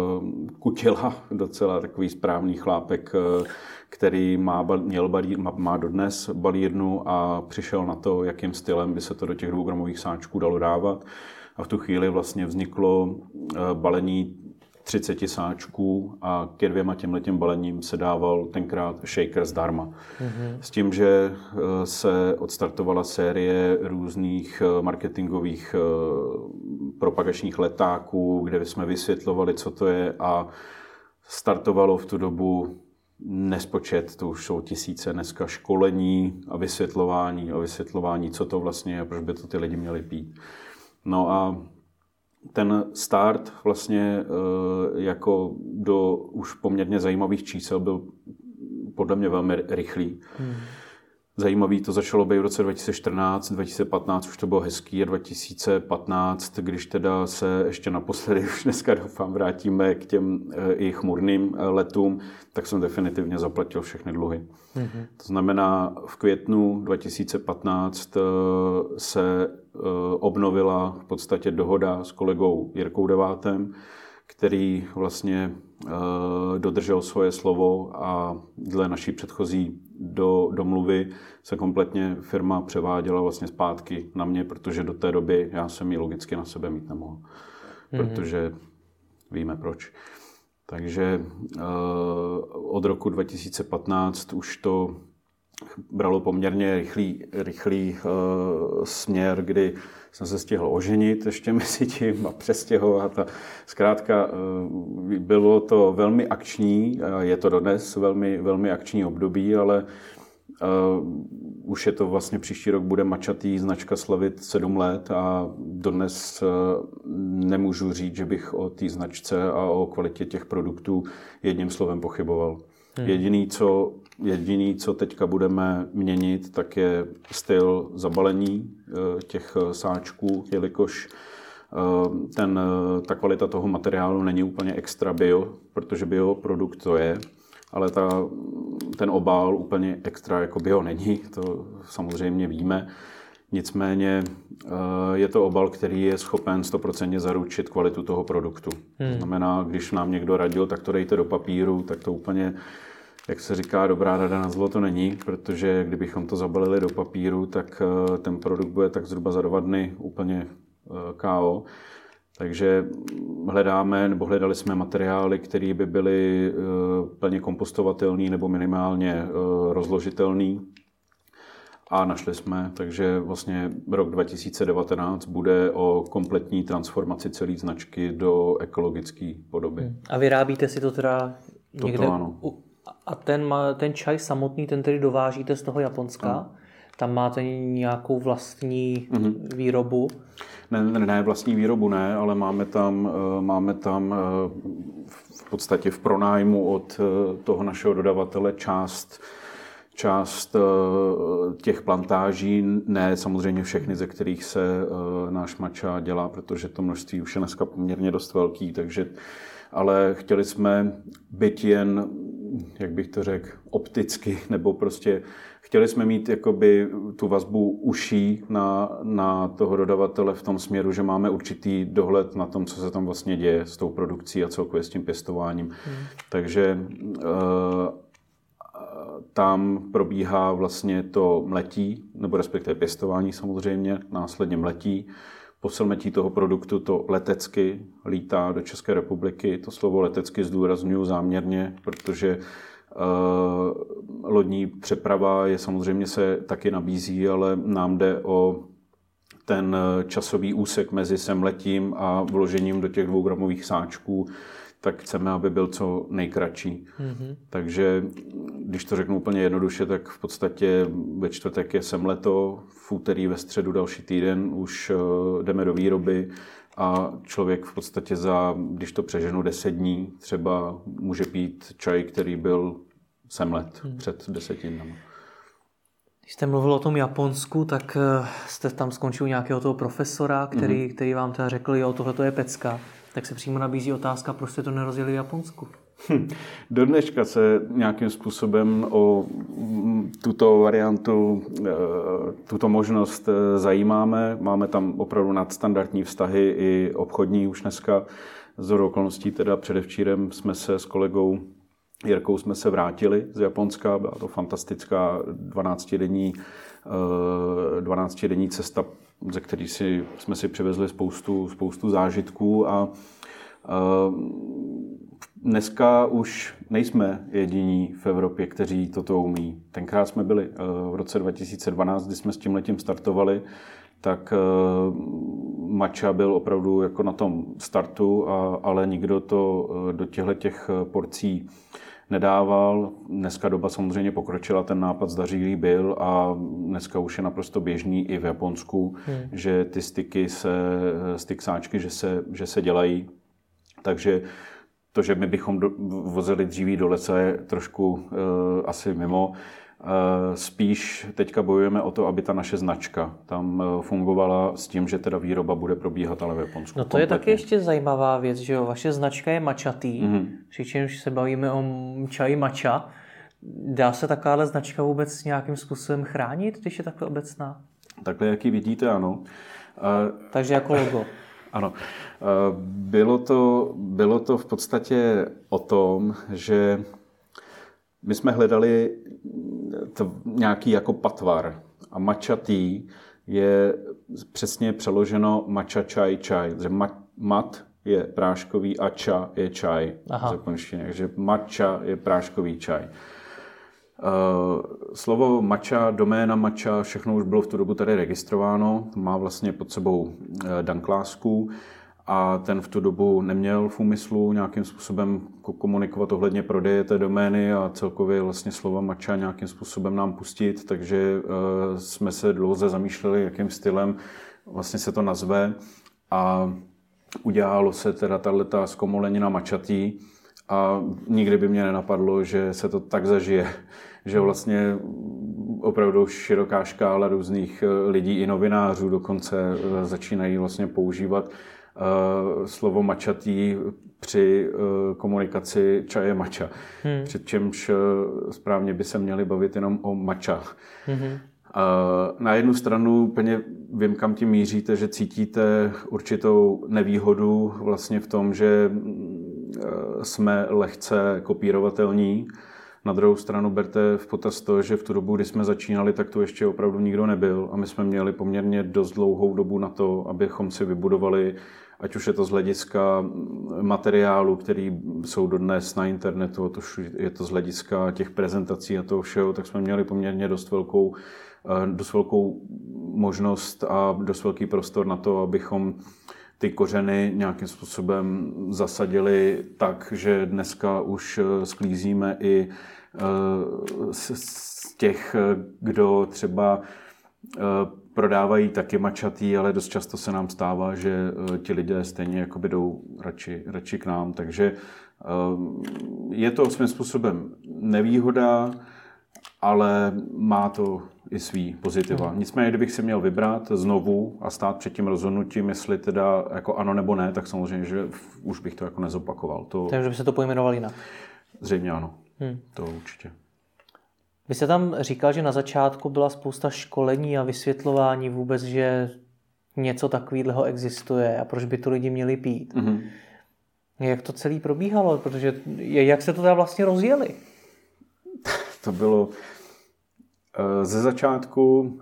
Kutila, docela takový správný chlápek, který má, měl balí, má dodnes balírnu a přišel na to, jakým stylem by se to do těch dvougramových sáčků dalo dávat. A v tu chvíli vlastně vzniklo balení třicet sáčků a ke dvěma těmhletěm balením se dával tenkrát shaker zdarma. Mm-hmm. S tím, že se odstartovala série různých marketingových propagačních letáků, kde jsme vysvětlovali, co to je a startovalo v tu dobu nespočet, to už jsou tisíce dneska školení a vysvětlování a vysvětlování, co to vlastně je a proč by to ty lidi měli pít. No a ten start vlastně jako do už poměrně zajímavých čísel byl podle mě velmi rychlý. Hmm. Zajímavý to začalo být v roce dva tisíce čtrnáct, dva tisíce patnáct už to bylo hezký a dva tisíce patnáct, když teda se ještě naposledy, už dneska doufám, vrátíme k těm i chmurným letům, tak jsem definitivně zaplatil všechny dluhy. Mm-hmm. To znamená, v květnu dva tisíce patnáct se obnovila v podstatě dohoda s kolegou Jirkou Devátem, který vlastně dodržel svoje slovo a dle naší předchozí do domluvy se kompletně firma převáděla vlastně zpátky na mě, protože do té doby já jsem ji logicky na sebe mít nemohl. Mm-hmm. Protože víme proč. Takže od roku dva tisíce patnáct už to bralo poměrně rychlý, rychlý směr, kdy jsem se stihl oženit ještě mezi tím a přestěhovat. A zkrátka bylo to velmi akční, je to dodnes velmi, velmi akční období, ale uh, už je to vlastně příští rok bude mačatý značka slavit sedm let a dodnes uh, nemůžu říct, že bych o té značce a o kvalitě těch produktů jedním slovem pochyboval. Hmm. Jediný, co, jediný, co teďka budeme měnit, tak je styl zabalení těch sáčků, jelikož ten, ta kvalita toho materiálu není úplně extra bio, protože bio produkt to je, ale ta, ten obal úplně extra jako bio není, to samozřejmě víme. Nicméně je to obal, který je schopen sto procent zaručit kvalitu toho produktu. Hmm. To znamená, když nám někdo radil, tak to dejte do papíru, tak to úplně, jak se říká, dobrá rada na zlo to není, protože kdybychom to zabalili do papíru, tak ten produkt bude tak zhruba za dva dny úplně ká ó. Takže hledáme, nebo hledali jsme materiály, které by byly plně kompostovatelné nebo minimálně rozložitelné. A našli jsme, takže vlastně rok dva tisíce devatenáct bude o kompletní transformaci celé značky do ekologické podoby. A vyrábíte si to teda někde? Toto ano. A ten, ten čaj samotný, ten tedy dovážíte z toho Japonska? Ano. Tam máte nějakou vlastní mm-hmm. výrobu? Ne, ne, ne, vlastní výrobu ne, ale máme tam, máme tam v podstatě v pronájmu od toho našeho dodavatele část Část těch plantáží, ne samozřejmě všechny, ze kterých se náš mača dělá, protože to množství už je dneska poměrně dost velký, takže ale chtěli jsme být jen, jak bych to řekl, opticky, nebo prostě chtěli jsme mít jakoby tu vazbu uší na, na toho dodavatele v tom směru, že máme určitý dohled na tom, co se tam vlastně děje s tou produkcí a celkově s tím pěstováním. Hmm. Takže uh, tam probíhá vlastně to mletí, nebo respektive pěstování samozřejmě, následně mletí. Po selmetí toho produktu to letecky lítá do České republiky. To slovo letecky zdůrazňuji záměrně, protože uh, lodní přeprava je samozřejmě se taky nabízí, ale nám jde o ten časový úsek mezi semletím a vložením do těch dvougramových sáčků, tak chceme, aby byl co nejkratší. Mm-hmm. Takže když to řeknu úplně jednoduše, tak v podstatě ve čtvrtek je semleto, v úterý ve středu další týden už jdeme do výroby a člověk v podstatě za, když to přeženu deset dní, třeba může pít čaj, který byl semlet mm. před deseti dnama. Když jste mluvil o tom Japonsku, tak jste tam skončil nějakého toho profesora, který, mm-hmm. který vám teda řekl, jo, tohle je pecka. Tak se přímo nabízí otázka, proč jste to nerozjeli v Japonsku? Hm. Do dneška se nějakým způsobem o tuto variantu, tuto možnost zajímáme. Máme tam opravdu nadstandardní vztahy i obchodní už dneska. Shodou okolností teda předevčírem jsme se s kolegou Jirkou jsme se vrátili z Japonska. Byla to fantastická dvanáctidenní, dvanáctidenní cesta, ze který si, jsme si přivezli spoustu, spoustu zážitků a uh, dneska už nejsme jediní v Evropě, kteří toto umí. Tenkrát jsme byli uh, v roce dva tisíce dvanáct, kdy jsme s tímhletím startovali, tak uh, matcha byl opravdu jako na tom startu, a, ale nikdo to uh, do těchto porcí nedával. Dneska doba samozřejmě pokročila, ten nápad zdařilý byl a dneska už je naprosto běžný i v Japonsku, hmm. že ty styky se, styk sáčky, že se, že se dělají. Takže to, že my bychom do, vozili dříví do lesa, je trošku uh, asi mimo. Uh, spíš teďka bojujeme o to, aby ta naše značka tam uh, fungovala s tím, že teda výroba bude probíhat ale v Japonsku. No to kompletně. Je taky ještě zajímavá věc, že jo, vaše značka je matchatý, mm-hmm. přičemž se bavíme o čaji matcha. Dá se takováhle značka vůbec nějakým způsobem chránit, když je takhle obecná? Takhle, jak ji vidíte, ano. Uh, Takže jako logo. Ano. Uh, bylo to, bylo to v podstatě o tom, že my jsme hledali to nějaký jako patvar a matcha tea je přesně přeloženo matcha chai chai. Mat, mat je práškový a cha je čaj. Takže matcha je práškový čaj. Uh, slovo matcha, doména matcha, všechno už bylo v tu dobu tady registrováno. Má vlastně pod sebou uh, Danklásku. A ten v tu dobu neměl v úmyslu nějakým způsobem komunikovat ohledně prodeje té domény a celkově vlastně slova matcha nějakým způsobem nám pustit, takže uh, jsme se dlouze zamýšleli, jakým stylem vlastně se to nazve a udělalo se teda tato zkomolenina matcha tea a nikdy by mě nenapadlo, že se to tak zažije, že vlastně opravdu široká škála různých lidí i novinářů dokonce začínají vlastně používat Uh, slovo matcha tea při uh, komunikaci čaje matcha. Hmm. Přičemž uh, správně by se měli bavit jenom o matcha. Hmm. Uh, na jednu stranu úplně vím, kam tím míříte, že cítíte určitou nevýhodu vlastně v tom, že uh, jsme lehce kopírovatelní. Na druhou stranu berte v potaz to, že v tu dobu, kdy jsme začínali, tak tu ještě opravdu nikdo nebyl a my jsme měli poměrně dost dlouhou dobu na to, abychom si vybudovali, ať už je to z hlediska materiálu, který jsou dodnes na internetu, a to je to z hlediska těch prezentací a toho všeho, tak jsme měli poměrně dost velkou, dost velkou možnost a dost velký prostor na to, abychom ty kořeny nějakým způsobem zasadili tak, že dneska už sklízíme i z těch, kdo třeba prodávají taky matcha tea, ale dost často se nám stává, že ti lidé stejně jakoby jdou radši, radši k nám. Takže je to svým způsobem nevýhoda, ale má to i svý pozitiva. Hmm. Nicméně, kdybych si měl vybrat znovu a stát před tím rozhodnutím, jestli teda jako ano nebo ne, tak samozřejmě, že už bych to jako nezopakoval. To... Takže by se to pojmenoval jinak? Zřejmě ano. Hmm. To určitě. Vy jste tam říkal, že na začátku byla spousta školení a vysvětlování vůbec, že něco takového existuje a proč by to lidi měli pít. Mm-hmm. Jak to celé probíhalo? Protože jak se to teda vlastně rozjeli? To bylo ze začátku,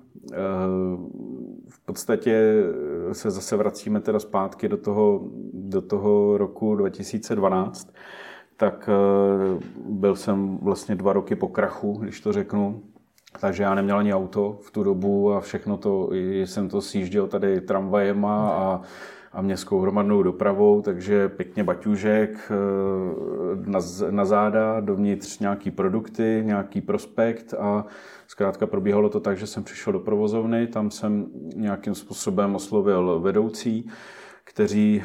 v podstatě se zase vracíme teda zpátky do toho, do toho roku dva tisíce dvanáct, tak byl jsem vlastně dva roky po krachu, když to řeknu. Takže já neměl ani auto v tu dobu a všechno to, jsem to sjížděl tady tramvajema a, a městskou hromadnou dopravou, takže pěkně baťůžek na, na záda, dovnitř nějaký produkty, nějaký prospekt a zkrátka probíhalo to tak, že jsem přišel do provozovny, tam jsem nějakým způsobem oslovil vedoucí, kteří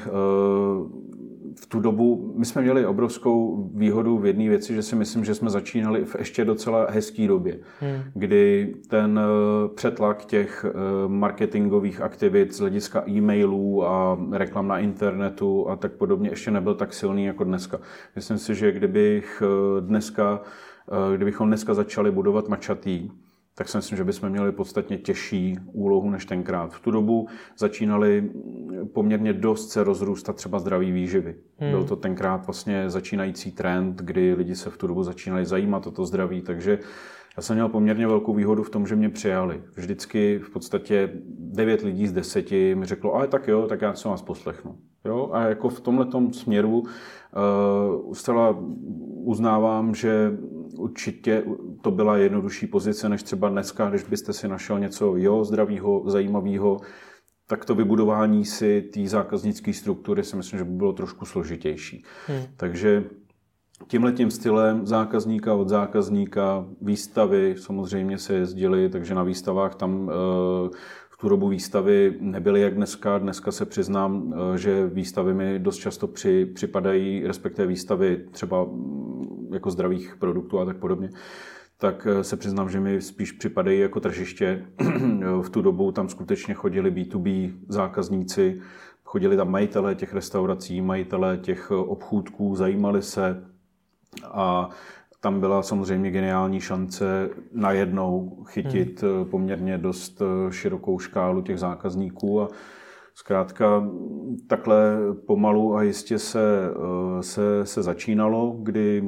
v tu dobu, my jsme měli obrovskou výhodu v jedné věci, že si myslím, že jsme začínali v ještě docela hezký době, hmm. kdy ten přetlak těch marketingových aktivit z hlediska e-mailů a reklam na internetu a tak podobně ještě nebyl tak silný jako dneska. Myslím si, že kdybych dneska, kdybychom dneska začali budovat Mačatý, tak si myslím, že bychom měli podstatně těžší úlohu než tenkrát. V tu dobu začínali poměrně dost se rozrůstat třeba zdraví výživy. Hmm. Byl to tenkrát vlastně začínající trend, kdy lidi se v tu dobu začínali zajímat o to zdraví, takže já jsem měl poměrně velkou výhodu v tom, že mě přijali. Vždycky v podstatě devět lidí z deseti mi řeklo, ale tak jo, tak já se vás poslechnu. Jo? A jako v tomhletom směru uh, zcela uznávám, že určitě to byla jednodušší pozice než třeba dneska, když byste si našel něco jo, zdravýho, zajímavého, tak to vybudování si té zákaznické struktury si myslím, že by bylo trošku složitější. Hmm. Takže tímhletím stylem zákazníka od zákazníka, výstavy samozřejmě se jezdily, takže na výstavách tam v tu dobu výstavy nebyly jak dneska. Dneska se přiznám, že výstavy mi dost často při, připadají, respektive výstavy třeba jako zdravých produktů a tak podobně, tak se přiznám, že mi spíš připadají jako tržiště. V tu dobu tam skutečně chodili bé dvě bé zákazníci, chodili tam majitelé těch restaurací, majitelé těch obchůdků, zajímali se a tam byla samozřejmě geniální šance najednou chytit hmm. poměrně dost širokou škálu těch zákazníků a zkrátka takhle pomalu a jistě se, se, se začínalo, kdy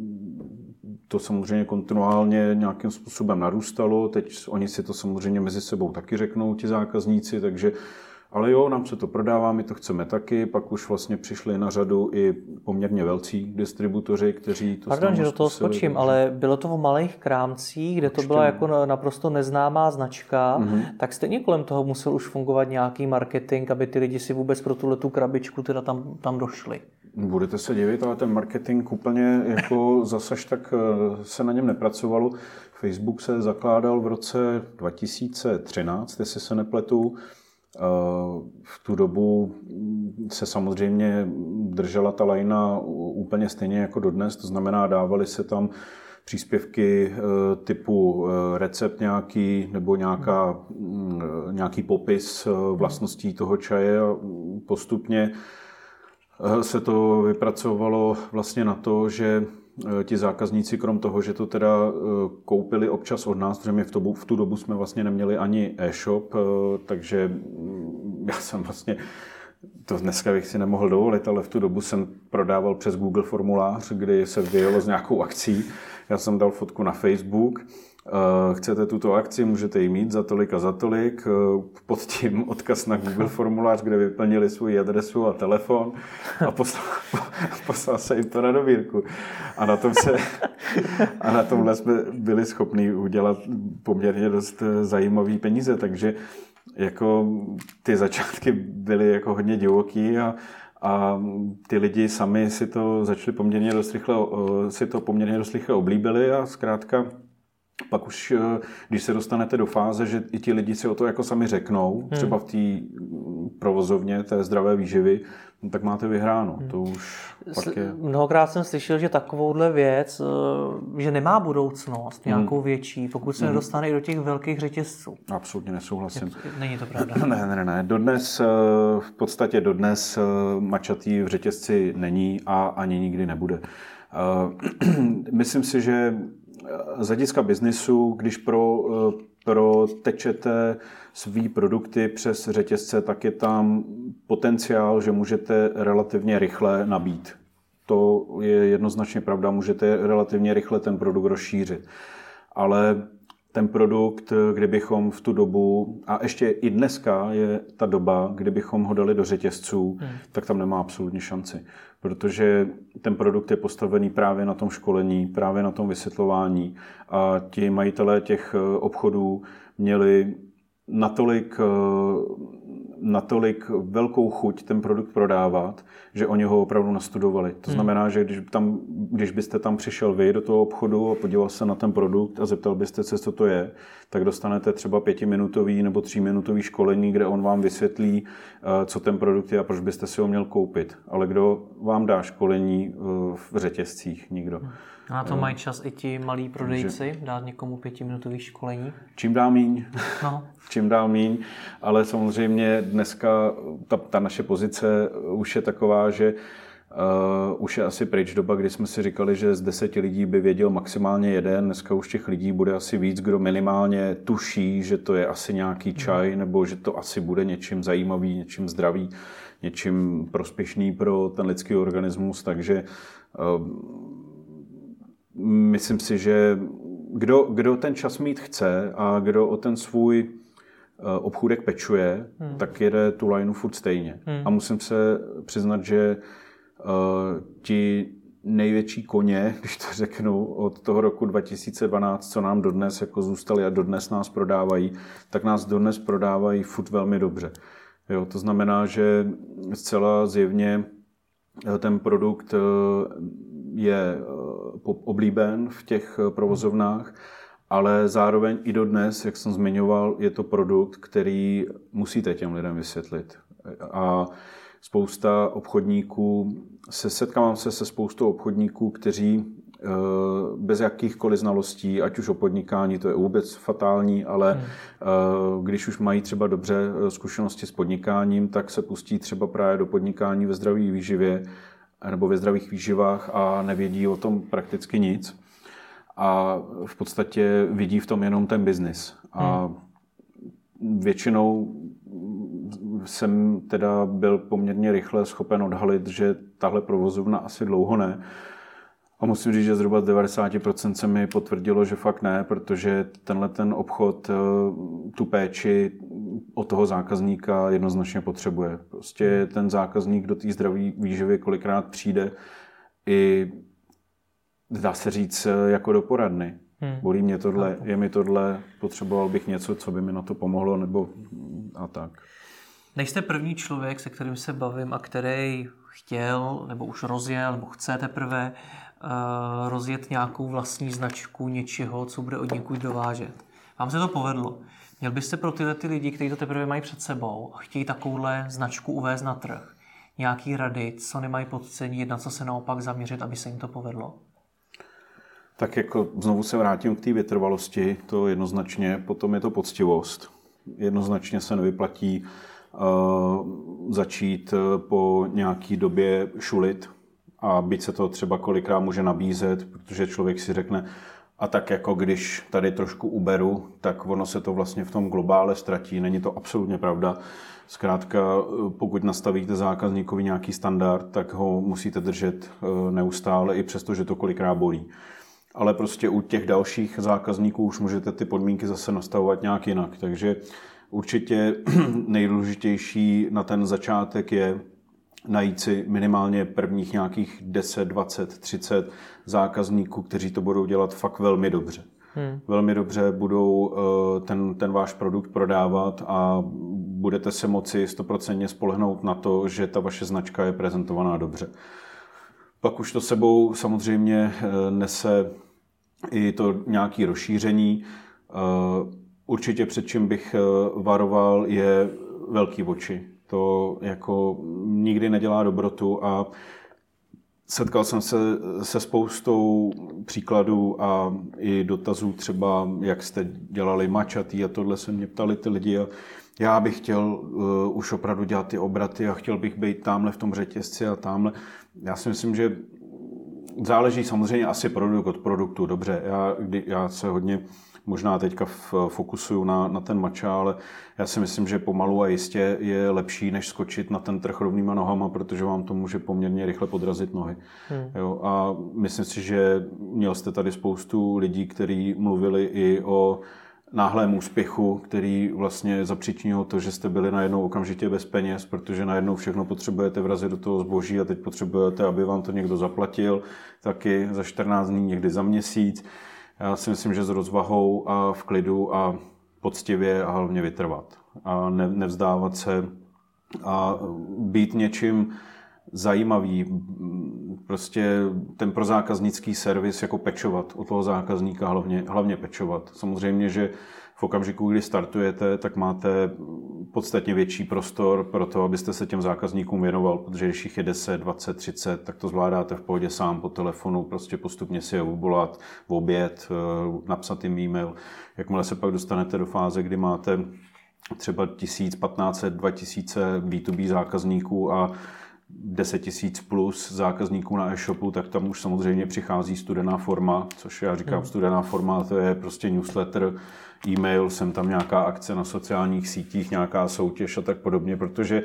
to samozřejmě kontinuálně nějakým způsobem narůstalo. Teď oni si to samozřejmě mezi sebou taky řeknou, ti zákazníci, takže ale jo, nám se to prodává, my to chceme taky, pak už vlastně přišli na řadu i poměrně velcí distributoři, kteří to Pardon, že do toho skočím, takže... ale bylo to v malých krámcích, kde to byla jako naprosto neznámá značka, mm-hmm. tak stejně kolem toho musel už fungovat nějaký marketing, aby ty lidi si vůbec pro tuhletu krabičku teda tam, tam došli. Budete se divit, ale ten marketing úplně jako zasaž tak se na něm nepracovalo. Facebook se zakládal v roce dva tisíce třináct, jestli se nepletu. V tu dobu se samozřejmě držela ta lajna úplně stejně jako dodnes, to znamená, dávali se tam příspěvky typu recept nějaký nebo nějaká, nějaký popis vlastností toho čaje a postupně se to vypracovalo vlastně na to, že ti zákazníci, krom toho, že to teda koupili občas od nás, protože my v, to, v tu dobu jsme vlastně neměli ani e-shop, takže já jsem vlastně, to dneska bych si nemohl dovolit, ale v tu dobu jsem prodával přes Google formulář, kdy se vyjelo s nějakou akcí. Já jsem dal fotku na Facebook. Chcete tuto akci, můžete ji mít za tolik a za tolik. Pod tím odkaz na Google formulář, kde vyplnili svou adresu a telefon a poslal, poslal se jim to na dobírku. A na, tom se, a na tomhle jsme byli schopni udělat poměrně dost zajímavý peníze, takže jako ty začátky byly jako hodně divoký a A ty lidi sami si to začali poměrně dost rychle, si to poměrně dost rychle oblíbili a zkrátka pak už, když se dostanete do fáze, že i ti lidi si o to jako sami řeknou, hmm. třeba v té provozovně té zdravé výživy, no, tak máte vyhráno. Hmm. To už pak je... Mnohokrát jsem slyšel, že takovouhle věc, že nemá budoucnost nějakou hmm. větší, pokud se hmm. nedostane i do těch velkých řetězců. Absolutně nesouhlasím. Není to pravda. Ne, ne, ne. Dodnes, v podstatě dodnes mačatý v řetězci není a ani nikdy nebude. Myslím si, že z hlediska biznisu, když pro, protečete svý produkty přes řetězce, tak je tam potenciál, že můžete relativně rychle nabít. To je jednoznačně pravda, můžete relativně rychle ten produkt rozšířit. Ale ten produkt, kdybychom v tu dobu, a ještě i dneska je ta doba, kdybychom ho dali do řetězců, hmm. tak tam nemá absolutně šanci. Protože ten produkt je postavený právě na tom školení, právě na tom vysvětlování a ti majitelé těch obchodů měli natolik, natolik velkou chuť ten produkt prodávat, že oni ho opravdu nastudovali. To znamená, že když, tam, když byste tam přišel vy do toho obchodu a podíval se na ten produkt a zeptal byste se, co to je, tak dostanete třeba pětiminutový nebo tříminutový školení, kde on vám vysvětlí, co ten produkt je a proč byste si ho měl koupit. Ale kdo vám dá školení v řetězcích? Nikdo. A na to mají čas i ti malí prodejci, Takže, dát někomu pětiminutový školení? Čím dál míň. No. Čím dál míň, ale samozřejmě dneska ta, ta naše pozice už je taková, že uh, už je asi pryč doba, kdy jsme si říkali, že z deseti lidí by věděl maximálně jeden. Dneska už těch lidí bude asi víc, kdo minimálně tuší, že to je asi nějaký čaj, hmm. nebo že to asi bude něčím zajímavý, něčím zdravý, něčím prospěšný pro ten lidský organismus, takže uh, myslím si, že kdo, kdo ten čas mít chce a kdo o ten svůj obchůdek pečuje, hmm. tak jede tu lineu furt stejně. Hmm. A musím se přiznat, že uh, ti největší koně, když to řeknu, od toho roku dva tisíce dvanáct, co nám dodnes jako zůstali a dodnes nás prodávají, tak nás dodnes prodávají furt velmi dobře. Jo, to znamená, že zcela zjevně ten produkt je oblíben v těch provozovnách, ale zároveň i dodnes, jak jsem zmiňoval, je to produkt, který musíte těm lidem vysvětlit. A spousta obchodníků, se setkávám se se spoustou obchodníků, kteří bez jakýchkoliv znalostí, ať už o podnikání, to je vůbec fatální, ale hmm. když už mají třeba dobře zkušenosti s podnikáním, tak se pustí třeba právě do podnikání ve zdravé výživě nebo ve zdravých výživách a nevědí o tom prakticky nic. A v podstatě vidí v tom jenom ten biznis. A hmm. většinou jsem teda byl poměrně rychle schopen odhalit, že tahle provozovna asi dlouho ne. A musím říct, že zhruba devadesát procent se mi potvrdilo, že fakt ne, protože tenhle ten obchod tu péči od toho zákazníka jednoznačně potřebuje. Prostě ten zákazník do té zdravé výživy kolikrát přijde i, dá se říct, jako do poradny. Hmm. Bolí mě tohle, je mi tohle, potřeboval bych něco, co by mi na to pomohlo, nebo a tak. Nejste první člověk, se kterým se bavím a který chtěl, nebo už rozjel, nebo chce teprve uh, rozjet nějakou vlastní značku něčeho, co bude od někud dovážet. Vám se to povedlo. Měl byste pro tyhle ty lidi, kteří to teprve mají před sebou a chtějí takovouhle značku uvést na trh, nějaký rady, co nemají podcenit, na co se naopak zaměřit, aby se jim to povedlo? Tak jako znovu se vrátím k té vytrvalosti, to jednoznačně, potom je to poctivost. Jednoznačně se nevyplatí uh, začít po nějaký době šulit a byť se to třeba kolikrát může nabízet, protože člověk si řekne, a tak jako když tady trošku uberu, tak ono se to vlastně v tom globále ztratí. Není to absolutně pravda. Zkrátka, pokud nastavíte zákazníkovi nějaký standard, tak ho musíte držet neustále, i přesto, že to kolikrát bolí. Ale prostě u těch dalších zákazníků už můžete ty podmínky zase nastavovat nějak jinak. Takže určitě nejdůležitější na ten začátek je najít si minimálně prvních nějakých deset, dvacet, třicet zákazníků, kteří to budou dělat fakt velmi dobře. Hmm. Velmi dobře budou ten, ten váš produkt prodávat a budete se moci stoprocentně spolehnout na to, že ta vaše značka je prezentovaná dobře. Pak už to sebou samozřejmě nese i to nějaké rozšíření. Určitě před čím bych varoval je velký oči. To jako nikdy nedělá dobrotu a setkal jsem se se spoustou příkladů a i dotazů třeba, jak jste dělali mačatý a tohle se mě ptali ty lidi a já bych chtěl uh, už opravdu dělat ty obraty a chtěl bych být tamhle v tom řetězci a tamhle. Já si myslím, že záleží samozřejmě asi produkt od produktu, dobře. Já, kdy, já se hodně možná teďka fokusuju na, na ten mača, ale já si myslím, že pomalu a jistě je lepší, než skočit na ten trh rovnýma nohama, protože vám to může poměrně rychle podrazit nohy. Hmm. Jo, a myslím si, že měl jste tady spoustu lidí, kteří mluvili i o náhlém úspěchu, který vlastně zapříčinil to, že jste byli najednou okamžitě bez peněz, protože najednou všechno potřebujete vrazit do toho zboží a teď potřebujete, aby vám to někdo zaplatil, taky za čtrnáct dní, někdy za měsíc. Já si myslím, že s rozvahou a v klidu a poctivě a hlavně vytrvat. A ne, nevzdávat se a být něčím zajímavý. Prostě ten prozákaznický servis jako pečovat o toho zákazníka, hlavně, hlavně pečovat. Samozřejmě, že v okamžiku, kdy startujete, tak máte podstatně větší prostor pro to, abyste se těm zákazníkům věnoval, protože když jich je deset, dvacet, třicet, tak to zvládáte v pohodě sám po telefonu, prostě postupně si je uvolat, v oběd, napsat jim e-mail. Jakmile se pak dostanete do fáze, kdy máte třeba tisíc, patnáct set, dva tisíce bé dvě bé zákazníků a deset tisíc plus zákazníků na e-shopu, tak tam už samozřejmě přichází studená forma, což já říkám hmm. studená forma, to je prostě newsletter, e-mail, jsem tam nějaká akce na sociálních sítích, nějaká soutěž a tak podobně, protože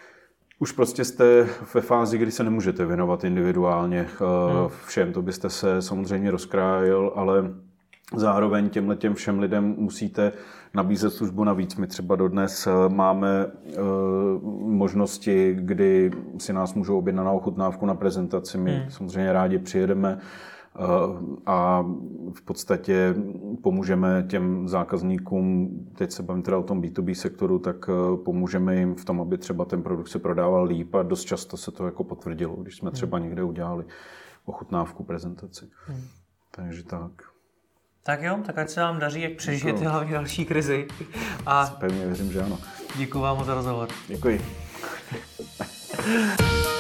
už prostě jste ve fázi, kdy se nemůžete věnovat individuálně hmm. všem, to byste se samozřejmě rozkrájel, ale zároveň těmhle těm všem lidem musíte nabízet službu navíc. My třeba dodnes máme e, možnosti, kdy si nás můžou objednat na ochutnávku na prezentaci. My hmm. samozřejmě rádi přijedeme e, a v podstatě pomůžeme těm zákazníkům, teď se bavím teda o tom bé dvě bé sektoru, tak e, pomůžeme jim v tom, aby třeba ten produkt se prodával líp a dost často se to jako potvrdilo, když jsme třeba někde udělali ochutnávku, prezentaci. Hmm. Takže tak. Tak jo, tak ať se vám daří, jak přežijete hlavně další krizi. A pevně věřím, že ano. Děkuji vám za rozhovor. Děkuji.